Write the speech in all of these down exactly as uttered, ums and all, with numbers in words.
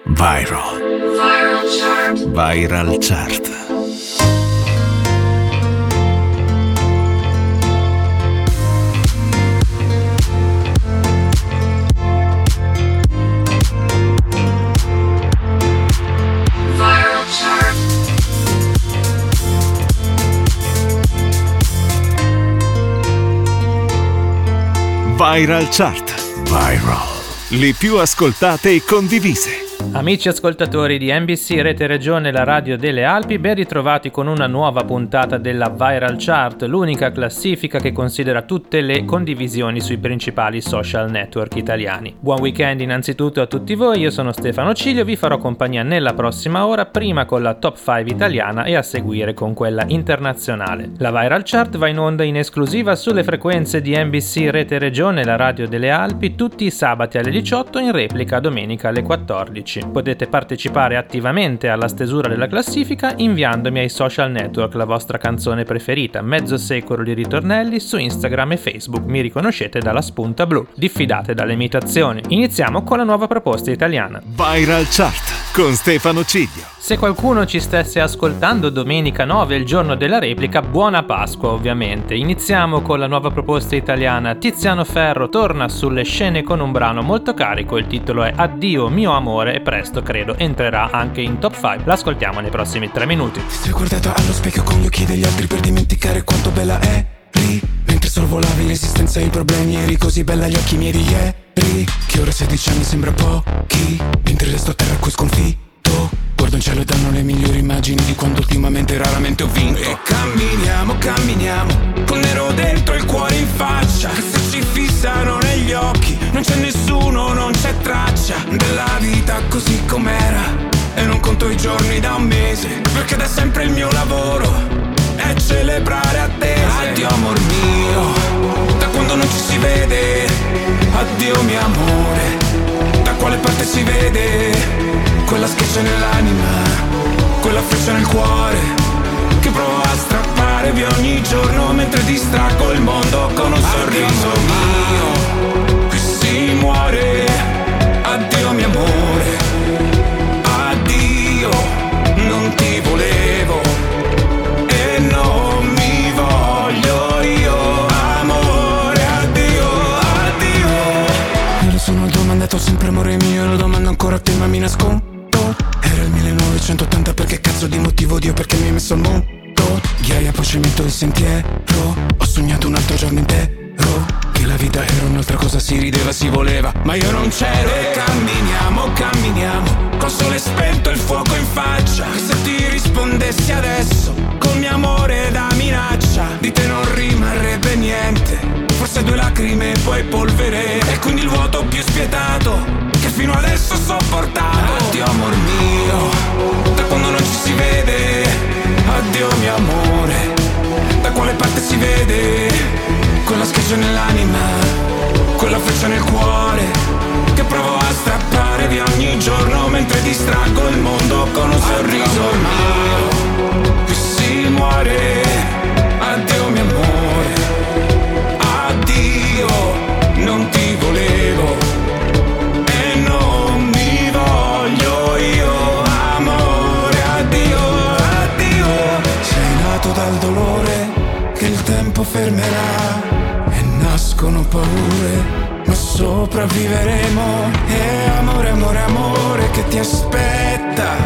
Viral. Viral Chart. Viral Chart. Viral Chart. Viral. Le più ascoltate e condivise. Amici ascoltatori di N B C Rete Regione, la radio delle Alpi, ben ritrovati con una nuova puntata della Viral Chart, l'unica classifica che considera tutte le condivisioni sui principali social network italiani. Buon weekend innanzitutto a tutti voi, io sono Stefano Ciglio, vi farò compagnia nella prossima ora, prima con la top cinque italiana e a seguire con quella internazionale. La Viral Chart va in onda in esclusiva sulle frequenze di N B C Rete Regione, la radio delle Alpi, tutti i sabati alle diciotto, in replica domenica alle quattordici. Potete partecipare attivamente alla stesura della classifica inviandomi ai social network la vostra canzone preferita, mezzo secolo di ritornelli su Instagram e Facebook, mi riconoscete dalla spunta blu, diffidate dalle imitazioni. Iniziamo con la nuova proposta italiana. Viral Chart con Stefano Ciglio. Se qualcuno ci stesse ascoltando domenica nove, il giorno della replica, buona Pasqua ovviamente. Iniziamo con la nuova proposta italiana. Tiziano Ferro torna sulle scene con un brano molto carico, il titolo è Addio mio amore e presto credo entrerà anche in top cinque. L'ascoltiamo nei prossimi tre minuti. Ti sei guardata allo specchio con gli occhi degli altri per dimenticare quanto bella è lì, mentre sorvolavi l'esistenza e i problemi, eri così bella agli occhi miei di ieri, che ora sedici anni sembra pochi, mentre resto a terra qui sconfitto. Guardo in cielo e danno le migliori immagini di quando ultimamente raramente ho vinto. E camminiamo, camminiamo, con nero dentro e il cuore in faccia, che se ci fissano negli occhi non c'è nessuno, non c'è traccia della vita così com'era. E non conto i giorni da un mese, perché da sempre il mio lavoro è celebrare attese. Addio amor mio, da quando non ci si vede. Addio mio amore, da quale parte si vede quella schiaccia nell'anima, quella freccia nel cuore, che provo a strappare via ogni giorno mentre distraggo il mondo con un sorriso mio. Qui si muore. Addio mio amore, addio, non ti volevo e non mi voglio io. Amore, addio, addio. Io lo sono domandato sempre amore mio, e lo domando ancora a te ma mi nascondo. Era il millenovecentottanta, perché cazzo di motivo Dio perché mi hai messo al mondo? Ghiaia poi cemento il sentiero, ho sognato un altro giorno intero, che la vita era un'altra cosa, si rideva, si voleva, ma io non c'ero. E camminiamo, camminiamo, col sole spento e il fuoco in faccia, che se ti rispondessi adesso col mio amore da minaccia, di te non rimarrebbe niente, forse due lacrime e poi polvere, e quindi il vuoto più spietato che fino adesso ho sopportato. Addio amor mio, da quando non ci si vede. Addio mio amore, da quale parte si vede quella schiaccia nell'anima, quella freccia nel cuore, che provo a strappare via ogni giorno mentre distraggo il mondo con un sorriso mio. Qui si muore. Addio mio amore, addio, non ti volevo e non mi voglio io. Amore, addio, addio. Sei nato dal dolore che il tempo fermerà e nascono paure, ma sopravviveremo. E amore, amore, amore che ti aspetta,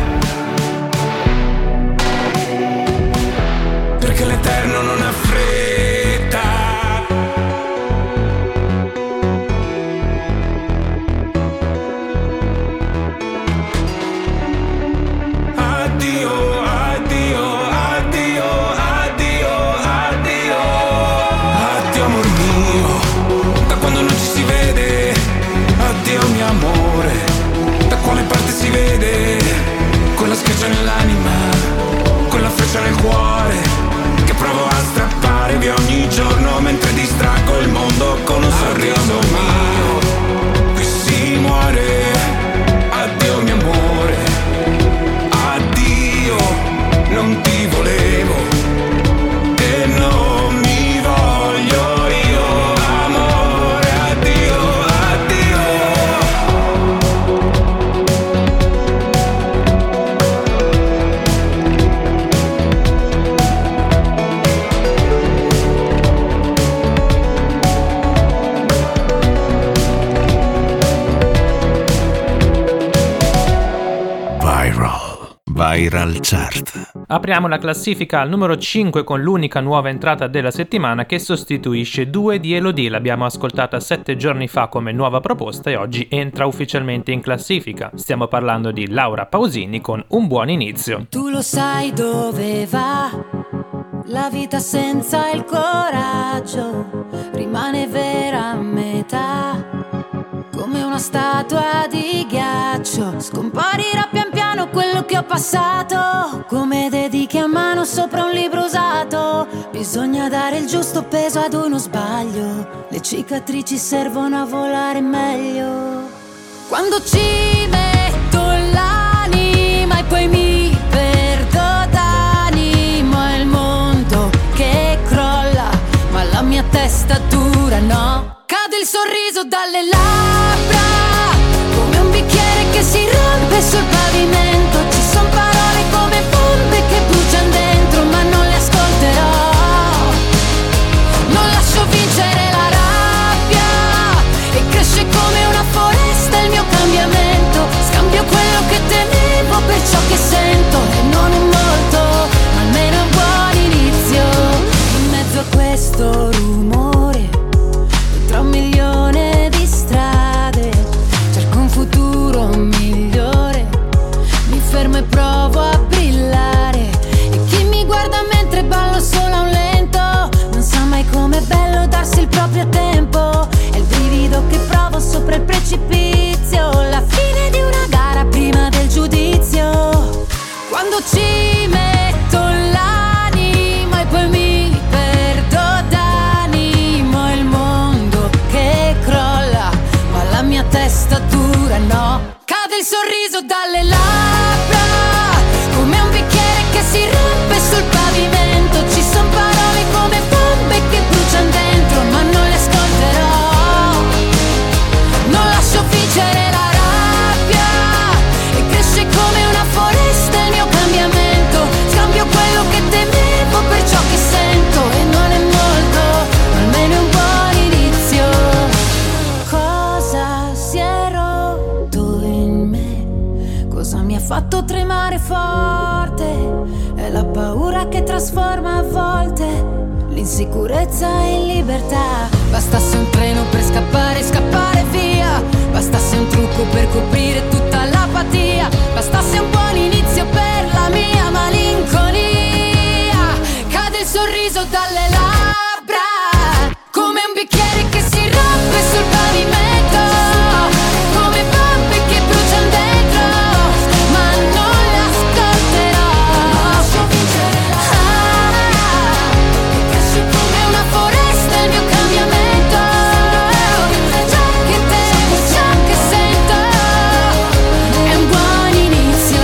perché l'eterno non ha fretta. Addio, addio, addio, addio, addio. Addio amor mio, da quando non ci si vede. Addio mio amore, da quale parte si vede quella schiaccia nell'anima, quella freccia nel cuore, che provo a strappare via ogni giorno mentre distraggo il mondo con un sorriso mio. Qui si muore. Addio mio amore, addio, non ti volevo e non mi voglio io. Amore, addio, addio. Viral Chart. Apriamo la classifica al numero cinque con l'unica nuova entrata della settimana che sostituisce Due di Elodie. L'abbiamo ascoltata sette giorni fa come nuova proposta e oggi entra ufficialmente in classifica. Stiamo parlando di Laura Pausini con Un buon inizio. Tu lo sai dove va la vita senza il coraggio, rimane vera a metà, come una statua di ghiaccio. Scomparirà pian piano quello che ho passato, come dediche a mano sopra un libro usato. Bisogna dare il giusto peso ad uno sbaglio, le cicatrici servono a volare meglio. Quando ci metto l'anima e poi mi perdo d'animo, è il mondo che crolla, ma la mia testa dura no. Cade il sorriso dalle labbra, come un bicchiere che si rompe sul pavimento. Ci son parole come bombe che bruciano dentro, ma non le ascolterò. Non lascio vincere la rabbia, e cresce come una foresta il mio cambiamento. Scambio quello che temevo per ciò che sento, e non è molto, ma almeno è un buon inizio. In mezzo a questo rumore, tra un milione di strade, cerco un futuro migliore. Mi fermo e provo a brillare, e chi mi guarda mentre ballo solo a un lento non sa mai com'è bello darsi il proprio tempo. È il brivido che provo sopra il precipizio, la fine di una gara prima del giudizio. Quando ci metto l'anima e poi mi perdo d'animo, è il mondo che crolla, ma la mia testa dura no. Cade il sorriso dalle labbra, come un bicchiere che si rompe sul pavimento. Ci son parole come bombe che bruciano dentro, ma non le ascolterò. Non lascio vincere la rabbia, e cresce come una foresta il mio cambiamento. Scambio quello che temevo per ciò che sento, e non è molto, ma almeno è un buon inizio. Cosa si è rotto in me? Cosa mi ha fatto tremare forte? È la paura che trasforma a volte l'insicurezza in libertà. Bastasse un treno per scappare, scappare via. Bastasse un trucco per coprire tutta l'apatia. Bastasse un buon inizio per la mia malinconia. Cade il sorriso dalle labbra, come un bicchiere che si rompe sul pavimento, come bombe che bruciano dentro, ma non le ascolterò. Ah, che cresce come una foresta il mio cambiamento. Ciò che temo, ciò che sento, è un buon inizio.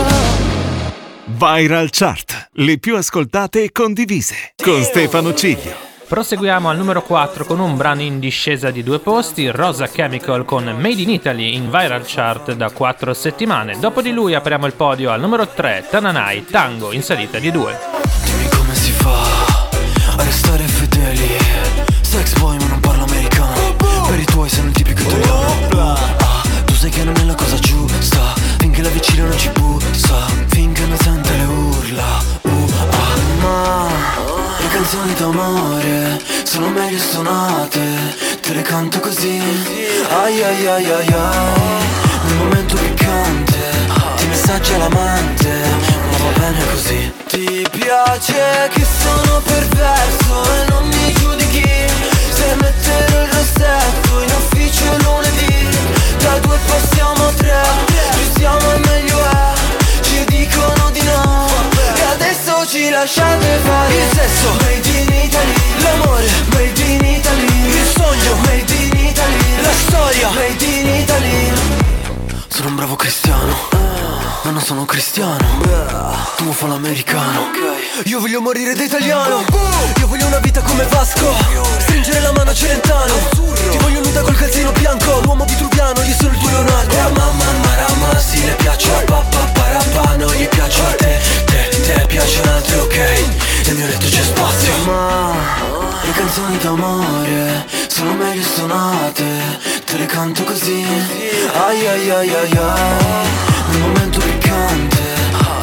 Viral Chart, le più ascoltate e condivise, con Stefano Ciglio. Proseguiamo al numero quattro con un brano in discesa di due posti, Rosa Chemical con Made in Italy in Viral Chart da quattro settimane. Dopo di lui apriamo il podio al numero tre, Tananai, Tango in salita di due. Dimmi come si fa a restare fedeli. Sex boy ma non parlo americano, per i tuoi sei un tipico italiano. Ah, tu sai che non è la cosa giusta, finché la vicina non ci bussa, finché non sente le urla. Uh, ah, ma le canzoni d'amore sono meglio suonate, te le canto così. Ai ai ai ai ai, nel momento piccante ti messaggia l'amante, ma va bene così. Ti piace che sono perverso e non mi giudichi se metterò il rossetto in ufficio lunedì. Da due passiamo a tre, ci siamo e meglio è, ci dicono di no e adesso ci lasciate fare. Il sesso made in Italy, l'amore made in Italy, il sogno made in Italy, la storia made in Italy. Sono un bravo cristiano, ma non sono cristiano. Tu fa l'americano, io voglio morire da italiano. Io voglio una vita come Vasco, stringere la mano a Celentano. Ti voglio nuda col calzino bianco, l'uomo vitruviano, io sono il tuo Leonardo. E a mamma marama, sì le piaccio a papà parapà, non gli piaccio a te, te, te piacciono altri, ok, nel mio letto c'è spazio. Ma le canzoni d'amore sono meglio suonate, te le canto così. Ai ai ai ai ai, nel momento piccante ti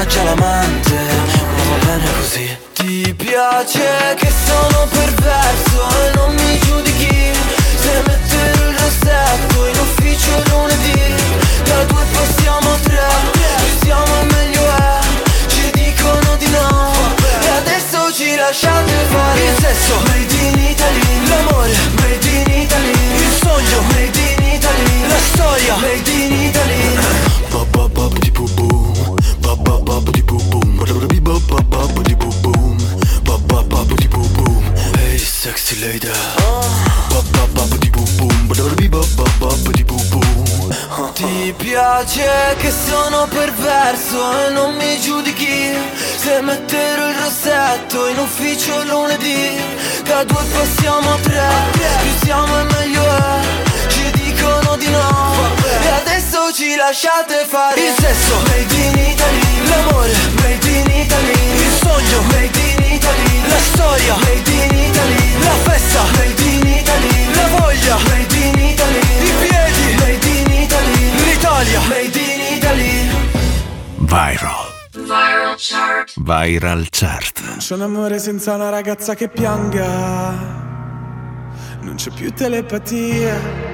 già l'amante, ma va bene così. Ti piace che sono perverso e non mi giudichi se mettere il rossetto in ufficio lunedì. Da due passiamo a tre, più siamo e meglio è, ci dicono di no e adesso ci lasciate fare. Il sesso made in Italy, l'amore made in Italy, il sogno made in Italy, la storia made in Italy. Ba ba ba di boom boom, ba ba ba di boom boom, ba ba ba ba di boom boom, ba ba ba di boom boom. Hey sexy lady, ba ba ba di boom boom, ba ba ba di boom boom. Ti piace che sono perverso e non mi giudichi se metterò il rossetto in ufficio lunedì. Da due passiamo a tre, più siamo e meglio è, ci dicono di no e adesso ci lasciate fare. Il sesso made in Italy, l'amore made in Italy, il sogno made in Italy, la storia made in Italy, la festa made in Italy, la voglia made in Italy, i piedi made in Italy, l'Italia made in Italy. Viral. Viral chart. Viral chart. Non c'è un amore senza una ragazza che pianga, non c'è più telepatia.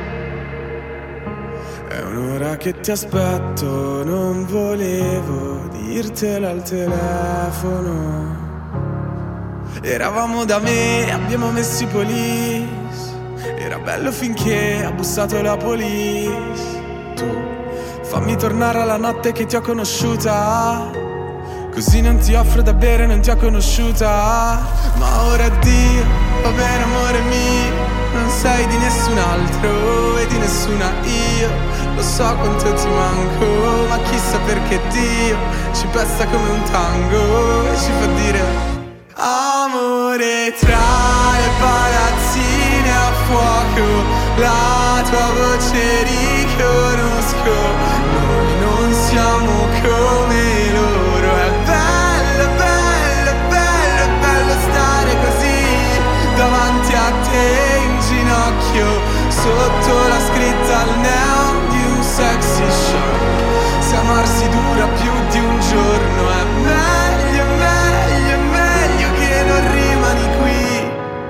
È un'ora che ti aspetto, non volevo dirtela al telefono. Eravamo da me, abbiamo messo i police, era bello finché ha bussato la police. Tu fammi tornare alla notte che ti ho conosciuta, così non ti offro da bere, non ti ho conosciuta. Ma ora addio, va bene amore mio, non sei di nessun altro e di nessuna io. Lo so quanto ti manco, ma chissà perché Dio ci pesta come un tango e ci fa dire amore tra le palazzine a fuoco. La tua voce riconosco, noi non siamo come loro. È bello, bello, bello, bello stare così davanti a te in ginocchio, sotto la scritta al neon di un sexy show. Se amarsi dura più di un giorno è meglio, meglio, meglio che non rimani qui.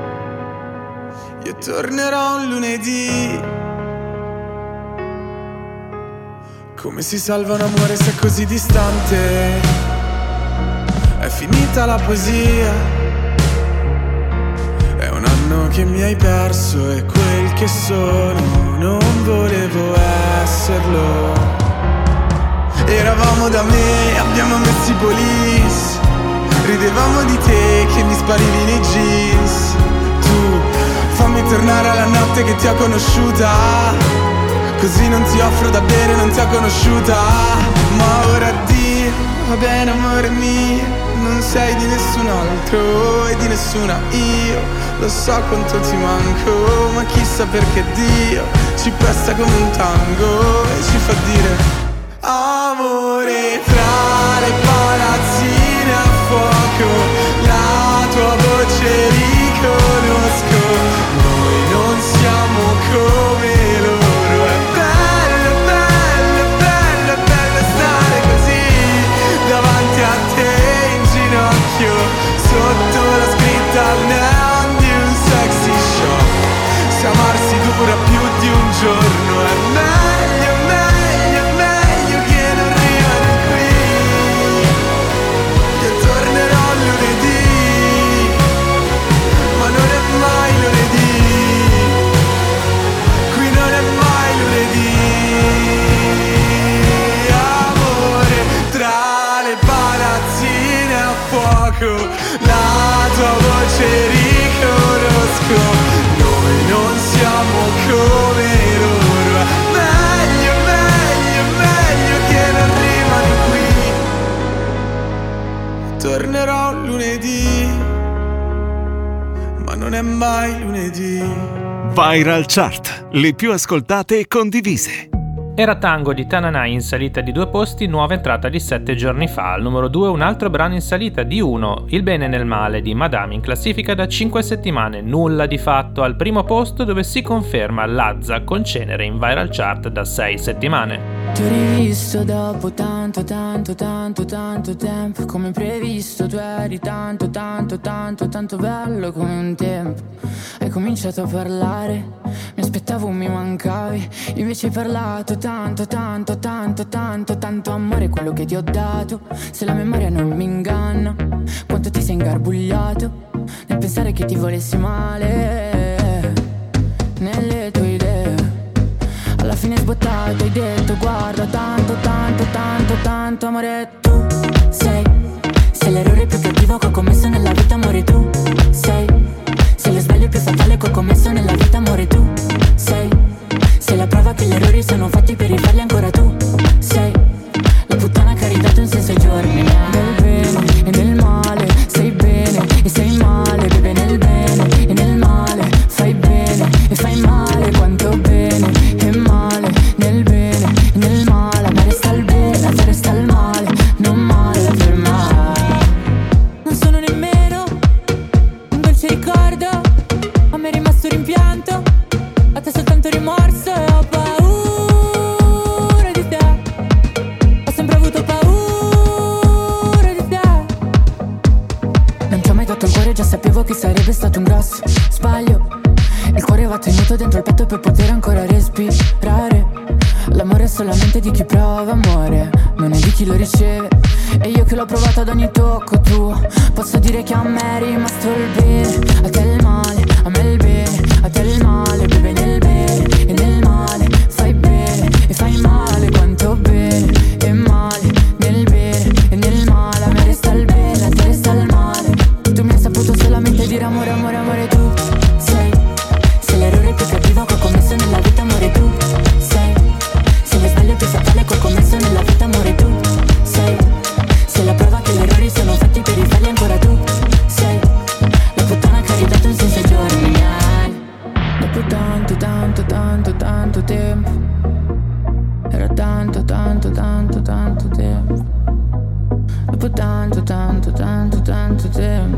Io tornerò un lunedì. Come si salva un amore se è così distante? È finita la poesia. È un anno che mi hai perso e quel che sono non volevo esserlo. Eravamo da me, abbiamo messo i police, ridevamo di te che mi sparivi nei jeans. Tu fammi tornare alla notte che ti ho conosciuta, così non ti offro da bere, non ti ho conosciuta. Ma ora addio, va bene amore mio, non sei di nessun altro e di nessuna io. Lo so quanto ti manco, ma chissà perché Dio ci pesta come un tango e ci fa dire amore tra le palazzine a fuoco. La tua voce riconosco, noi non siamo come loro. È bello, bello, bello, bello stare così davanti a te in ginocchio, sotto la scritta al neon di un sexy show. Se amarsi dura più di un giorno è meglio, meglio, meglio che non rimani qui. Io tornerò lunedì, ma non è mai lunedì, qui non è mai lunedì. Amore tra le palazzine a fuoco, la tua voce riconosco, noi non siamo come loro. Meglio, meglio, meglio che non rimani qui. Tornerò lunedì, ma non è mai lunedì. Viral Chart, le più ascoltate e condivise. Era Tango di Tananai in salita di due posti, nuova entrata di sette giorni fa. Al numero due un altro brano in salita di uno, Il bene nel male di Madame, in classifica da cinque settimane. Nulla di fatto al primo posto, dove si conferma Lazza con Cenere in Viral Chart da sei settimane. Ti ho rivisto dopo tanto, tanto, tanto, tanto tempo. Come previsto tu eri tanto, tanto, tanto, tanto bello come un tempo. Hai cominciato a parlare, mi aspettavo mi mancavi. Invece hai parlato tanto, tanto, tanto, tanto, tanto amore quello che ti ho dato. Se la memoria non mi inganna, quanto ti sei ingarbugliato nel pensare che ti volessi male nelle tue idee. Alla fine sbottato hai detto guarda tanto, tanto, tanto, tanto amore tu sei. Sei l'errore più cattivo che ho commesso nella vita amore tu sei. Sei lo sbaglio più fatale che ho commesso nella vita amore tu sei. Sei la prova che gli errori sono fatti per rifarli ancora tu sei. La puttana che ha ridato un senso ai giorni. Nel bene e nel male sei bene e sei male. Bebe nel bene e nel male fai bene e fai male. Quanto bene e male nel bene e nel male. A me resta il bene, a te resta il male. Non male per mai. Non sono nemmeno un dolce ricordo, a me è rimasto rimpianto, a te soltanto rimorso. E ho paura di te, ho sempre avuto paura di te. Non ti ho mai dato il cuore, già sapevo che sarebbe stato un grosso sbaglio. Il cuore va tenuto dentro il petto per poter ancora respirare. L'amore è solamente di chi prova amore, non è di chi lo riceve. E io che l'ho provato ad ogni tocco tuo, posso dire che a me è rimasto il bene, a te il male, a me il bene, a te il male. Bebe nel bene e nel male fai bene e fai male. Quanto bene e male nel bene e nel male. A me resta il bene, a te resta il male. Tu mi hai saputo solamente dire amore, amore, amore tu sei. Sei l'errore più cattivo che ho commesso nella vita amore tu sei. Sei lo sbaglio più fatale che ho commesso nella vita amore tu sei. Sei la prova che gli errori sono fatti per rifarli ancora tu sei. La puttana che ha ridato un senso ai giorni miei. Dopo tanto, tanto, tanto, tanto tempo. Era tanto, tanto, tanto, tanto tempo. Dopo tanto, tanto, tanto, tanto tempo.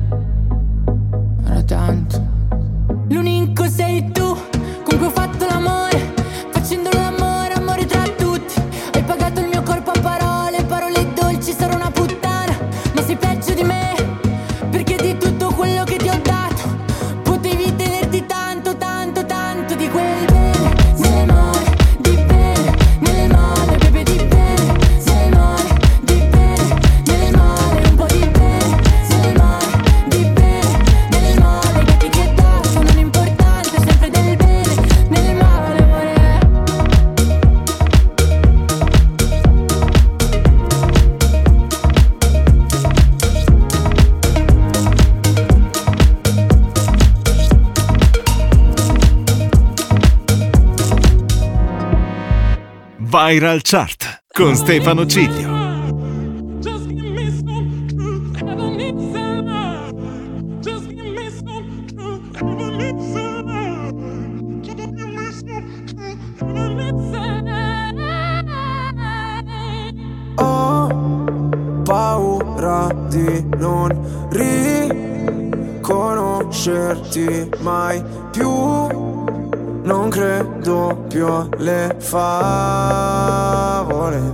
Era tanto. L'unico sei tu con cui ho fatto l'amore, facendo l'amore, amore tra tutti. Hai pagato il mio corpo a parole, parole dolci. Sarò una puttana, ma sei peggio di me, perché di tutto quello che ti ho dato potevi tenerti tanto, tanto, tanto di quel bene nel male, di bene nel male. Bebe di bene nel male, di bene nel male. Un po' di bene nel male, di bene nel male. Gatti che danno non importante, sempre del bene nel male, amore. Viral Chart con Stefano Ciglio. Just give me some truth, never need some love. Just give me some truth, never need some love. Just give me some truth, never need some love. Ho paura di non riconoscerti mai più. Non credo più alle favole.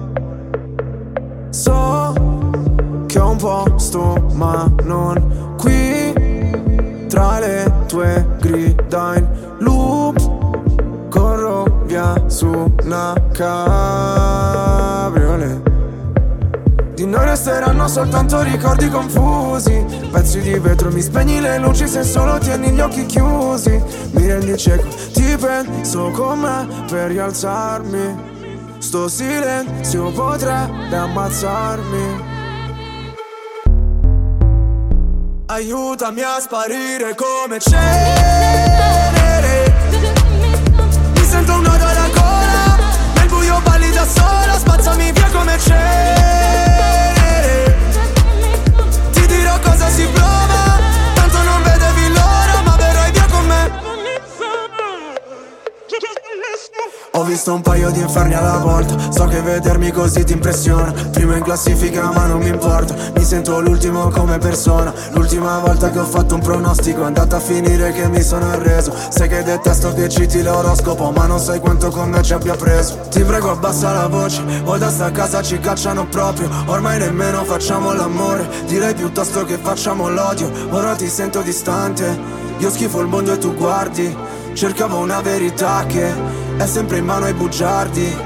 So che ho un posto ma non qui. Tra le tue grida in loop corro via su una cabriolet. Di noi resteranno soltanto ricordi confusi, pezzi di vetro, mi spegni le luci se solo tieni gli occhi chiusi. Mi rendi cieco, ti penso con me per rialzarmi. Sto silenzio potrebbe ammazzarmi. Aiutami a sparire come cenere. Mi sento un nodo alla gola, nel buio balli da sola, spazzami via come cenere. Ti dirò cosa si prova, tanto non vedevi l'ora, ma verrai via con me. Ho visto un paio di inferni alla volta. So che vedermi così ti impressiona. Primo in classifica ma non mi importa. Mi sento l'ultimo come persona. L'ultima volta che ho fatto un pronostico è andata a finire che mi sono arreso. Sai che detesto che citi l'oroscopo, ma non sai quanto con me ci abbia preso. Ti prego abbassa la voce, o da sta casa ci cacciano proprio. Ormai nemmeno facciamo l'amore, direi piuttosto che facciamo l'odio. Ora ti sento distante, io schifo il mondo e tu guardi. Cercavo una verità che è sempre in mano ai bugiardi.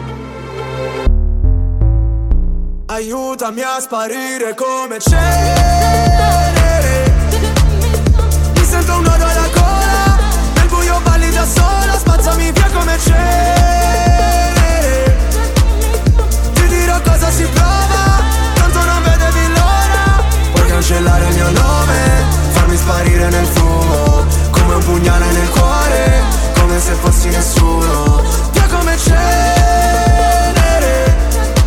Aiutami a sparire come cenere. Mi sento un nodo alla gola, nel buio balli da sola, spazzami via come cenere. Ti dirò cosa si prova, tanto non vedevi l'ora. Puoi cancellare il mio nome, farmi sparire nel fumo, come un pugnale nel cuore, come se fossi nessuno. Via come cenere,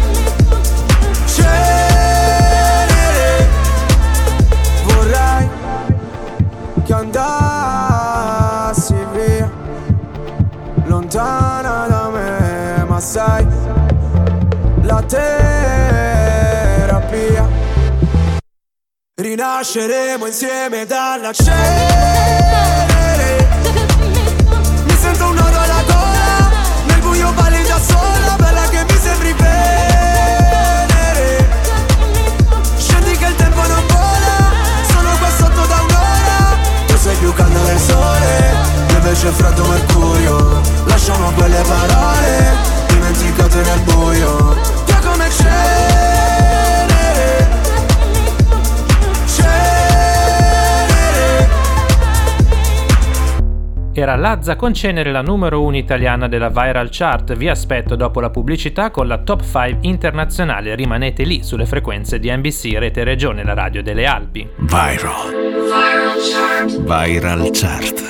cenere. Vorrei che andassi via, lontana da me, ma sai, la terapia. Rinasceremo insieme dalla cenere. Mi sento un nodo alla gola, nel buio balli da sola, bella che mi sembri venere. Scendi che il tempo non vola, sono qua sotto da un'ora. Tu sei più caldo del sole, io invece freddo mercurio. Lasciamo quelle parole dimenticate nel buio. Via come cenere, Era Lazza con Cenere, la numero uno italiana della Viral Chart. Vi aspetto dopo la pubblicità con la top cinque internazionale. Rimanete lì sulle frequenze di N B C Rete Regione, la radio delle Alpi. Viral. Viral Chart. Viral Chart.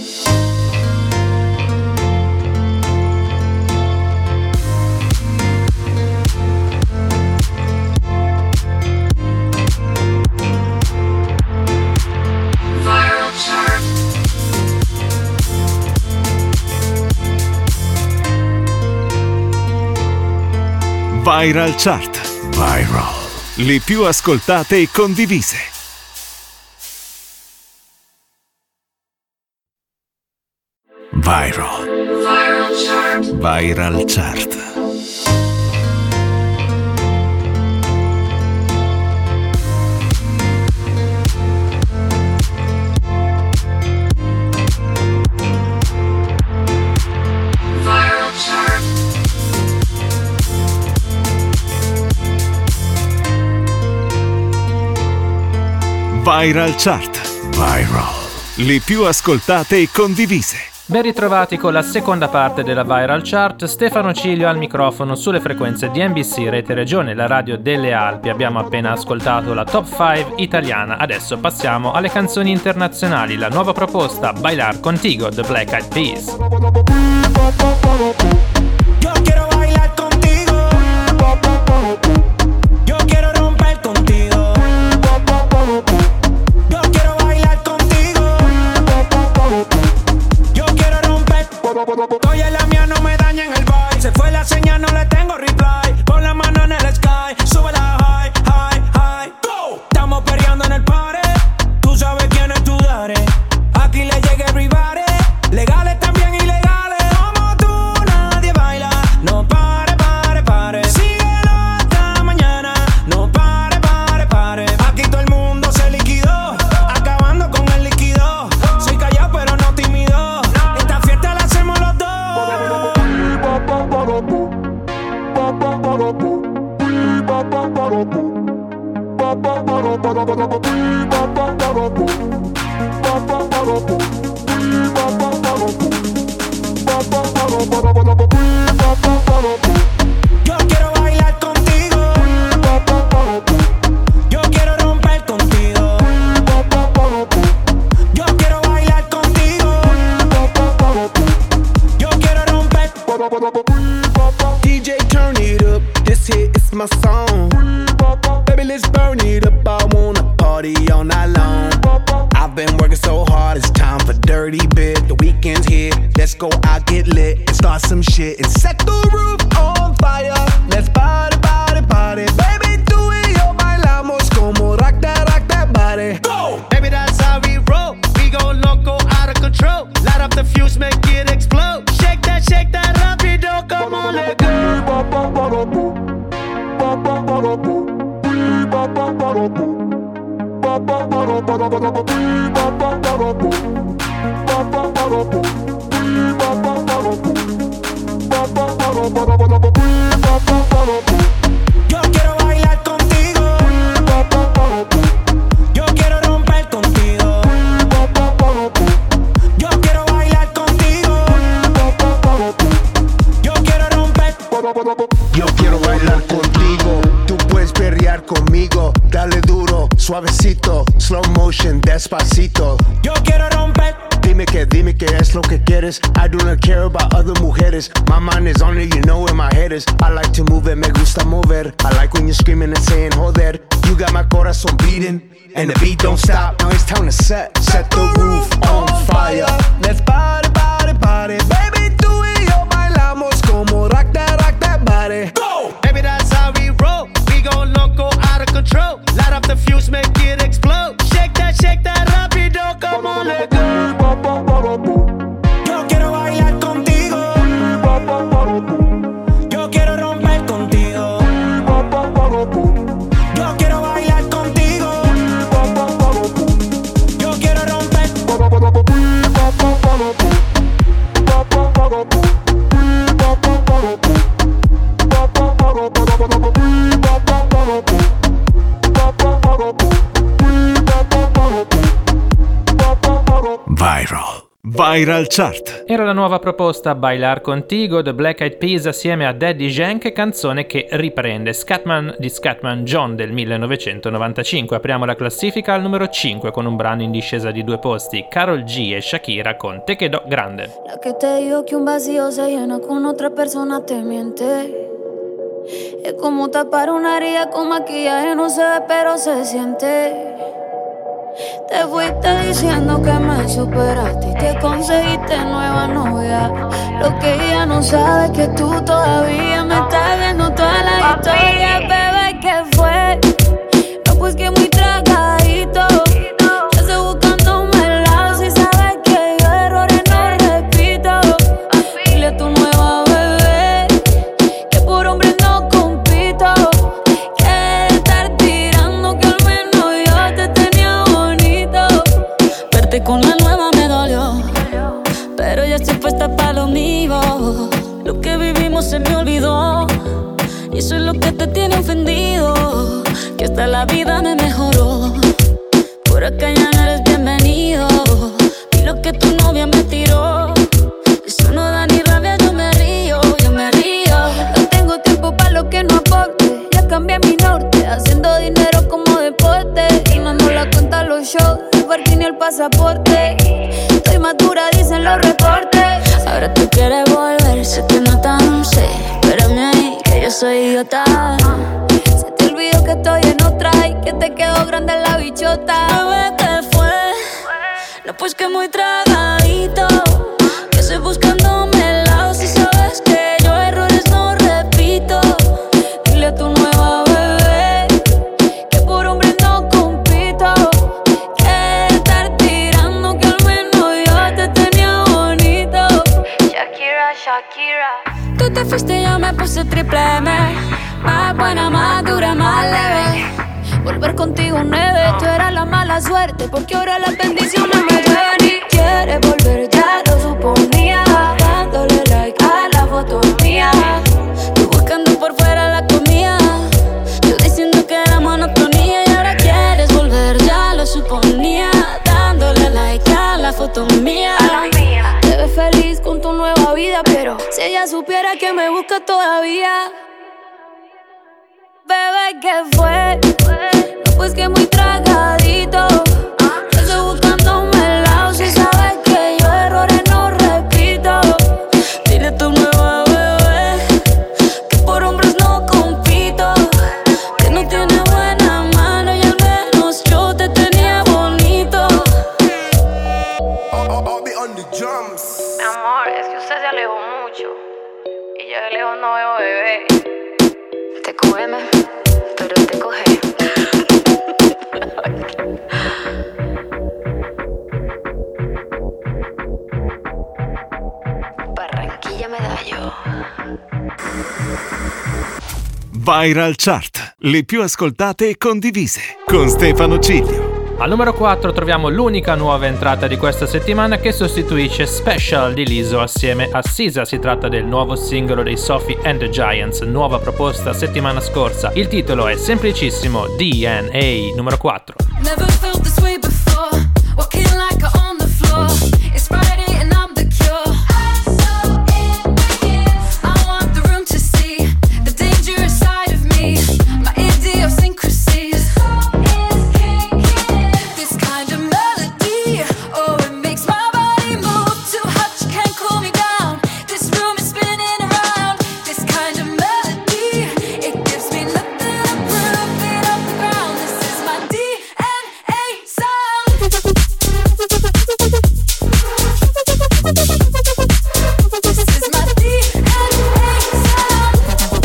Viral Chart. Viral. Le più ascoltate e condivise. Viral. Viral Chart. Viral Chart. Viral Chart. Viral. Le più ascoltate e condivise. Ben ritrovati con la seconda parte della Viral Chart. Stefano Cilio al microfono sulle frequenze di N B C Rete Regione, la radio delle Alpi. Abbiamo appena ascoltato la top cinque italiana. Adesso passiamo alle canzoni internazionali. La nuova proposta, Bailar Contigo, The Black Eyed Peas. Yo quiero bailar contigo. Yo quiero romper contigo. Yo quiero bailar contigo. Yo quiero romper. Oye, la mía no me daña en el vibe. Se fue la señal, no le tengo reply. Pon la mano en el sky. Sube la high, high, high. Go. Estamos peleando en el party. Tú sabes quién es tu daddy. Aquí le llega everybody. Legales también ilegales. Como tú nadie baila. No pare, pare, pare. Síguelo hasta mañana. No pare, pare, pare. Aquí todo el mundo se liquidó. Acabando con el líquido. Soy callado pero no tímido. Esta fiesta la hacemos los dos. Yo quiero bailar contigo. Yo quiero romper contigo. Yo quiero bailar contigo. Yo quiero romper. D J turn it up, this hit is my song. Baby let's burn it up, I wanna party all night long. I've been working so hard, it's time for dirty bit. The weekend's here, let's go out, get lit and start some shit and Yo quiero bailar contigo. Yo quiero romper contigo. Yo quiero bailar contigo. Yo quiero romper. Yo quiero bailar contigo. Tú puedes perrear conmigo. Dale duro, suavecito, slow motion, despacito. Yo quiero romper. Dime que, dime que es lo que quieres. I do not care about other mujeres. My mind is on it, you know where my head is. I like to move it, me gusta mover. I like when you're screaming and saying joder. You got my corazón beating, and the beat don't stop. Now it's time to set, set the roof on fire. Let's party, party, party. Baby, tú y yo bailamos como rock that, rock that body. Go! Baby, that's how we roll. We go loco, out of control. Light up the fuse, make it explode. Shake that, shake that rapido, come on, let go. Yo quiero bailar contigo. Yo quiero romper contigo. Yo quiero bailar contigo. Yo quiero romper. Viral. Viral Chart. Era la nuova proposta Bailar Contigo, The Black Eyed Peas assieme a Daddy Yankee, canzone che riprende Scatman di Scatman John del millenovecentonovantacinque. Apriamo la classifica al numero cinque con un brano in discesa di due posti, Karol G e Shakira con Te Quedó Grande. La que te digo que un vacío se llena con otra persona te miente. Es como tapar una herida con maquillaje, no se ve pero se siente. Te fuiste diciendo que me superaste y que conseguiste nueva novia. Lo que ella no sabe es que tú todavía me estás viendo toda la historia. Bebé, ¿qué fue? No, pues que muy tragadito. Yo estoy buscándome el lado. Si sabes que yo errores no repito. Dile a tu nueva bebé que por hombre no compito. Que estar tirando que al menos yo te tenía bonito. Verte con la nueva me dolió, pero ya estoy puesta pa' lo mío. Lo que vivimos se me olvidó y eso es lo que te tiene ofendido. Que hasta la vida me mejoró. Por acá ya no eres bienvenido. Y lo que tu novia me tiró, eso no da ni rabia, yo me río, yo me río. No tengo tiempo pa' lo que no aporte. Ya cambié mi norte, haciendo dinero como deporte. Y no nos la cuentan los shows, el parking ni el pasaporte. Estoy madura, dicen los reportes. Ahora tú quieres volver, sé que no tan sé. Espérame ahí, que yo soy idiota. Se te olvidó que estoy en otra y que te quedó grande la bichota. Bebé, ¿qué fue? No, pues que muy tragadito. Que estoy buscándome el lado. Si sabes que yo errores no repito. Dile a tu nueva bebé que por hombre no compito. Que estar tirando que al menos yo te tenía bonito. Shakira, Shakira. Tú te fuiste y yo me puse triple M. Más buena, más dura, más leve. Volver contigo nueve. Tú eras la mala suerte porque ahora las bendiciones me llueven. Y quieres volver, ya lo suponía. Dándole like a la foto mía. Tú buscando por fuera la comida. Yo diciendo que era monotonía. Y ahora quieres volver, ya lo suponía. Dándole like a la foto mía. Te ves feliz con tu nueva vida, pero si ella supiera que me busca todavía. Bebé, ¿qué fue? No, pues que muy tragadito. Yo estoy buscándome el lado. Si sabes que yo errores no repito. Dile a tu nueva bebé que por hombres no compito. Que no tiene buena mano y al menos yo te tenía bonito. Mi amor, es que usted se alejó mucho y yo de lejos no veo bebé. Te cógeme, pero te coge. Barranquilla Medallo. Viral Chart. le più ascoltate e condivise, con Stefano Ciglio. Al numero quattro troviamo l'unica nuova entrata di questa settimana che sostituisce Special di Lizzo assieme a Sisa. Si tratta del nuovo singolo dei Sophie and the Giants, nuova proposta settimana scorsa. Il titolo è semplicissimo, D N A, numero quattro. Never felt this way before, walking like I'm on the floor. It's Friday and I'm the cure. I'm so in my skin. I want the room to see the dangerous side of me, my idiosyncrasies. This kind of melody, oh, it makes my body move. Too hot, you can't cool me down. This room is spinning around. This kind of melody, it gives me nothing to prove it off the ground. This is my D N A song. This is my D N A song.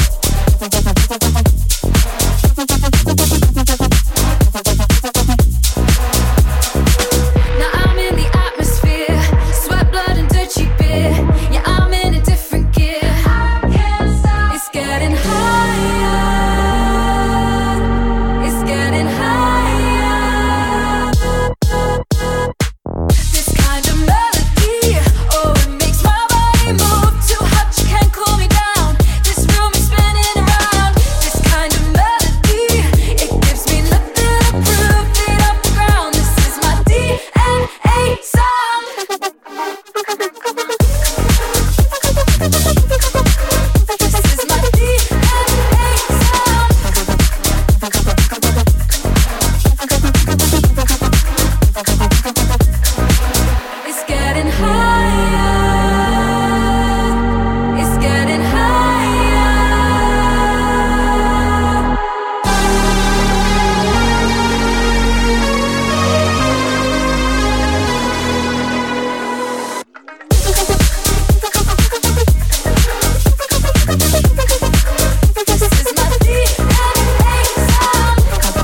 Now I'm in the atmosphere, sweat, blood, and dirty beer. Yeah, I'm in a different gear. I can't stop. It's getting higher. It's getting higher. This kind of melody, oh, it makes my body move. Too hot, you can't cool me down. This room is spinning around. This kind of melody, it gives me nothing to prove it off the ground. This is my D N A song. This is my D N A song. It's getting higher. It's getting higher. This is my D N A song.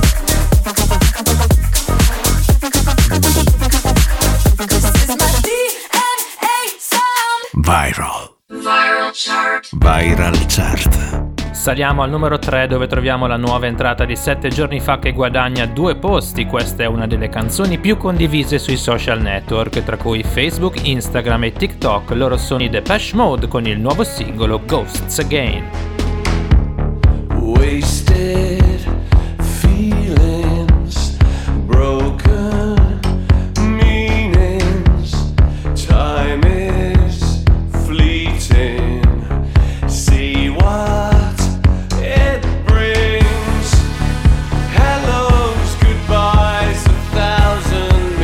This is my D N A song. Viral. Viral chart. Viral Chart. Saliamo al numero tre dove troviamo la nuova entrata di sette giorni fa che guadagna due posti. Questa è una delle canzoni più condivise sui social network, tra cui Facebook, Instagram e TikTok. Loro sono i Depeche Mode con il nuovo singolo Ghosts Again. Wasted feelings, broken meanings. Time is fleeting. See what it brings. Hellos, goodbyes, a thousand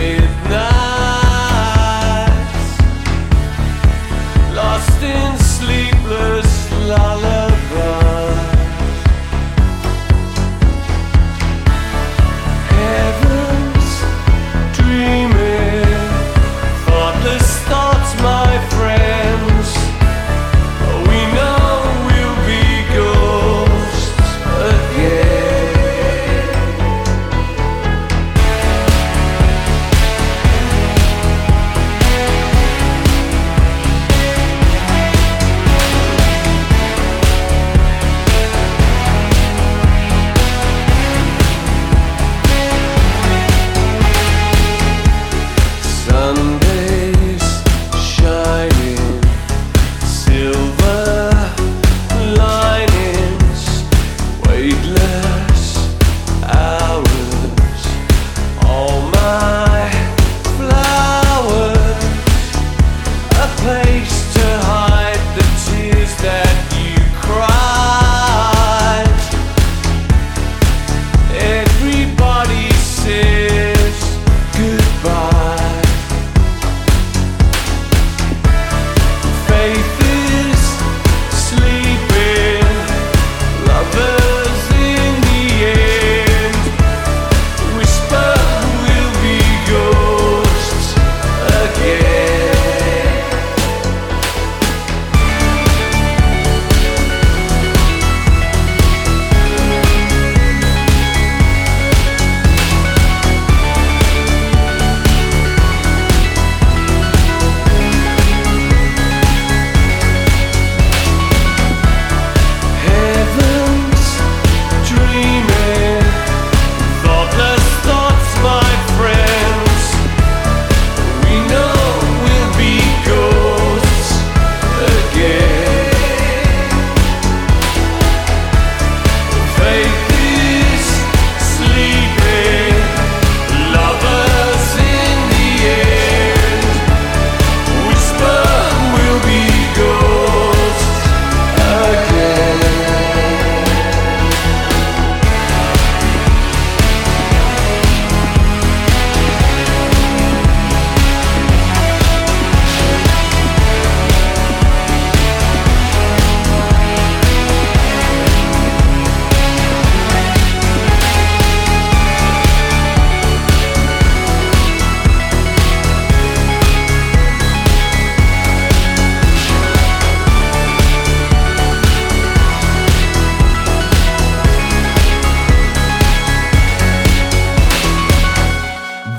midnights. Lost in sleepless lullaby.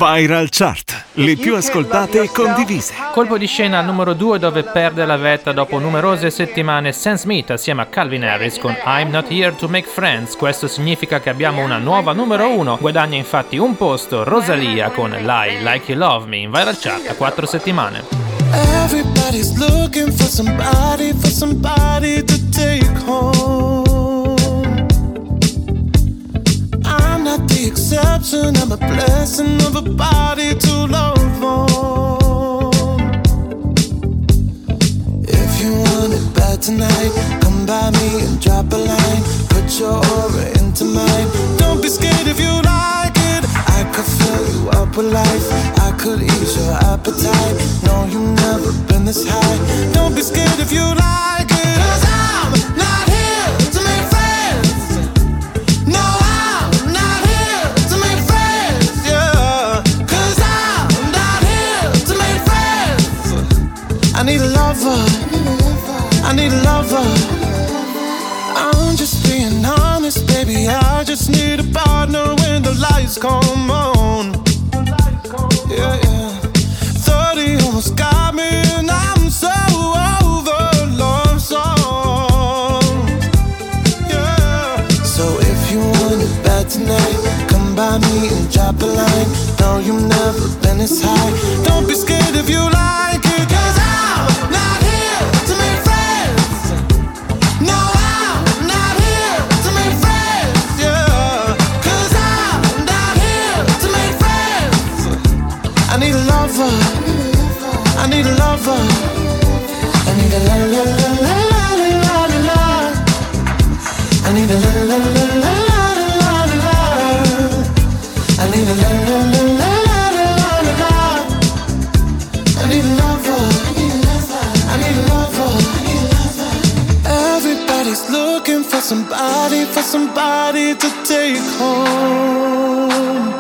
Viral Chart, le più ascoltate e condivise. Colpo di scena al numero due dove perde la vetta dopo numerose settimane Sam Smith assieme a Calvin Harris con I'm Not Here to Make Friends. Questo significa che abbiamo una nuova numero uno. Guadagna infatti un posto Rosalia con Lie Like You Love Me in Viral Chart a quattro settimane. Everybody's looking for somebody, for somebody to take home. I'm not the exception, I'm a blessing of a body to love on. If you want it bad tonight, come by me and drop a line. Put your aura into mine. Don't be scared if you like it. I could fill you up with life. I could ease your appetite. No, you've never been this high. Don't be scared if you like it. 'Cause I'm not here to make friends. No, I'm not here to make friends. Yeah. 'Cause I'm not here to make friends. I need a lover. I need a lover. I'm just being honest, baby. I just need a partner when the lights come on. Yeah, yeah. thirty almost got me and I'm so over love song. Yeah. So if you want it bad tonight, come by me and drop a line. No, you've never been this high. Don't be scared if you like it. 'Cause I'm not here to make friends. No, I'm not here to make friends. Yeah. 'Cause I'm not here to make friends. I need a lover. I need a lover. I need a la la la la la la la la. I need a la la la la la la la. I need a la la la la la la la. I need a lover. I need a lover. Everybody's looking for somebody, for somebody to take home.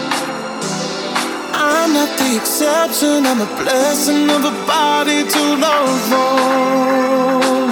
I'm not the exception, I'm a blessing of a body to love on.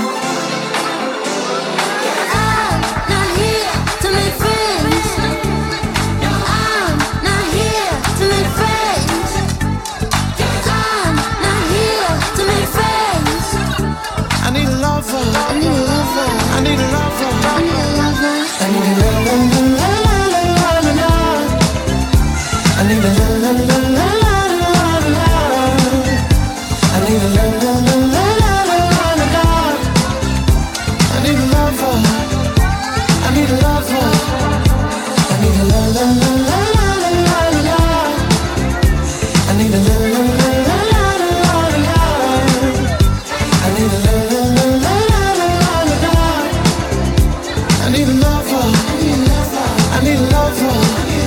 I'm not here to make friends. No, I'm not here to make friends. I'm not here to make friends. I need a lover. I need a lover. I need a lover. I need a lover. I need a la la la la la la la. I need a la la la la la la la. I need a la la la la la la la. I need a lover. I need a lover. I need a la la la la la la la. I need a la la la la la la la. I need a la la la la la la la. I need a lover. I need a lover.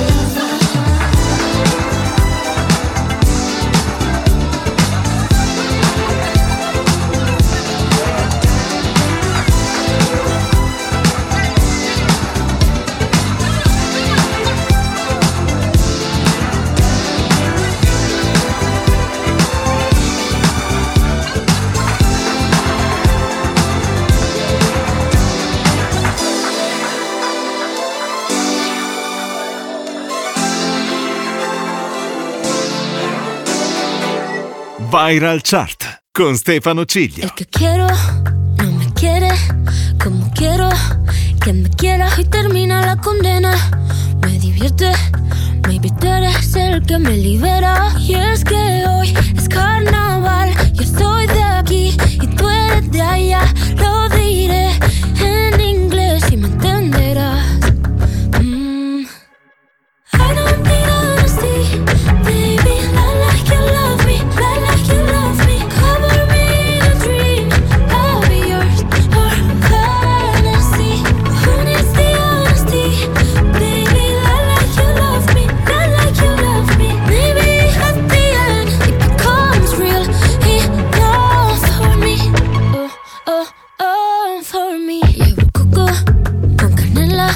Viral Chart con Stefano Ciglio. El que quiero no me quiere como quiero que me quiera y termina la condena. Me divierte, maybe tú eres el que me libera. Y es que hoy es carnaval, yo soy de aquí y tú eres de allá. Lo diré en inglés y me entenderás. Mm. I don't need honesty, baby, I like you love me, I like you love me. Cover me in a dream, I'll be yours or fantasy. Who needs the honesty, baby, I like you love me, I like you love me. Maybe at the end it becomes real enough for me. Oh, oh, oh, for me. Llevo coco con canela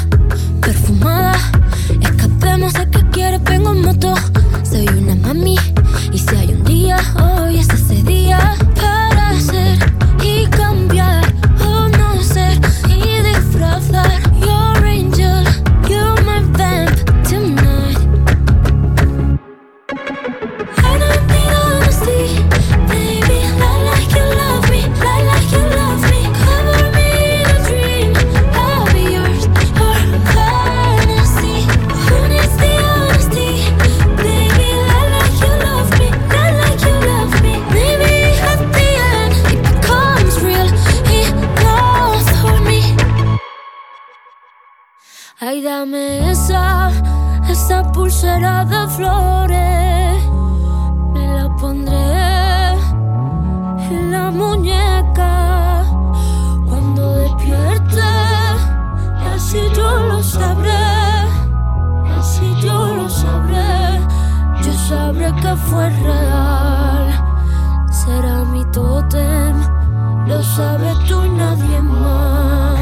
Ay, dame esa, esa pulsera de flores. Me la pondré en la muñeca cuando despierte. Así yo lo sabré, así yo lo sabré. Yo sabré que fue real. Será mi tótem, lo sabes tú y nadie más.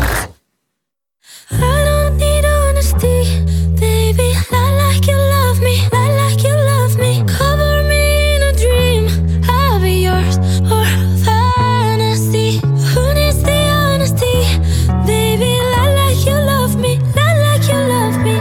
I don't need honesty, baby. Lie like you love me, lie like you love me. Cover me in a dream, I'll be yours or fantasy. Who needs the honesty, baby? Lie like you love me, lie like you love me.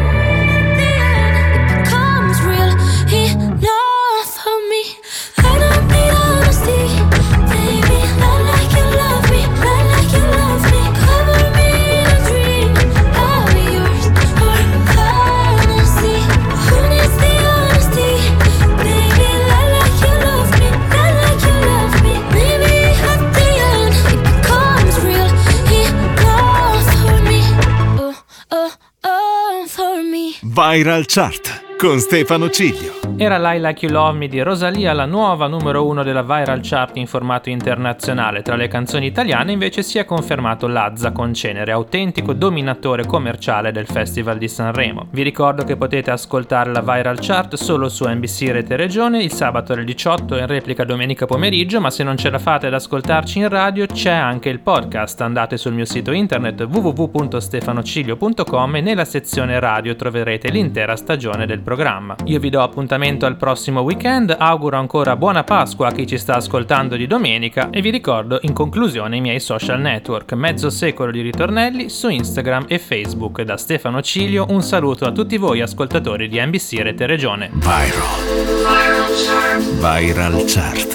It becomes real enough for me. I don't need honesty, baby. Lie like you love me, lie like you love me. Cover me in a dream, I'll be yours or fantasy. Who needs the honesty, baby? Lie like you love me, lie like you love me. Maybe at the end it becomes real enough for me. Oh, oh, oh, for me. Viral Chart con Stefano Ciglio. Era Lie Like You Love Me di Rosalia, la nuova numero uno della Viral Chart in formato internazionale. Tra le canzoni italiane invece si è confermato Lazza con Cenere, autentico dominatore commerciale del Festival di Sanremo. Vi ricordo che potete ascoltare la Viral Chart solo su N B C Rete Regione il sabato alle diciotto e in replica domenica pomeriggio, ma se non ce la fate ad ascoltarci in radio c'è anche il podcast. Andate sul mio sito internet w w w punto stefanociglio punto com e nella sezione radio troverete l'intera stagione del programma. Io vi do appuntamento al prossimo weekend, auguro ancora buona Pasqua a chi ci sta ascoltando di domenica e vi ricordo in conclusione i miei social network, mezzo secolo di ritornelli su Instagram e Facebook. Da Stefano Ciglio un saluto a tutti voi ascoltatori di N B C Rete Regione. Viral. Viral Chart. Viral Chart.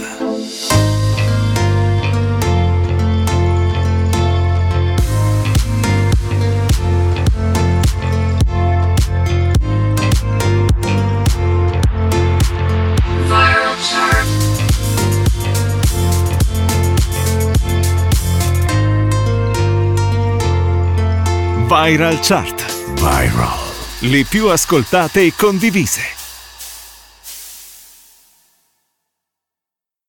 Viral Chart. Viral Chart. Viral. Le più ascoltate e condivise.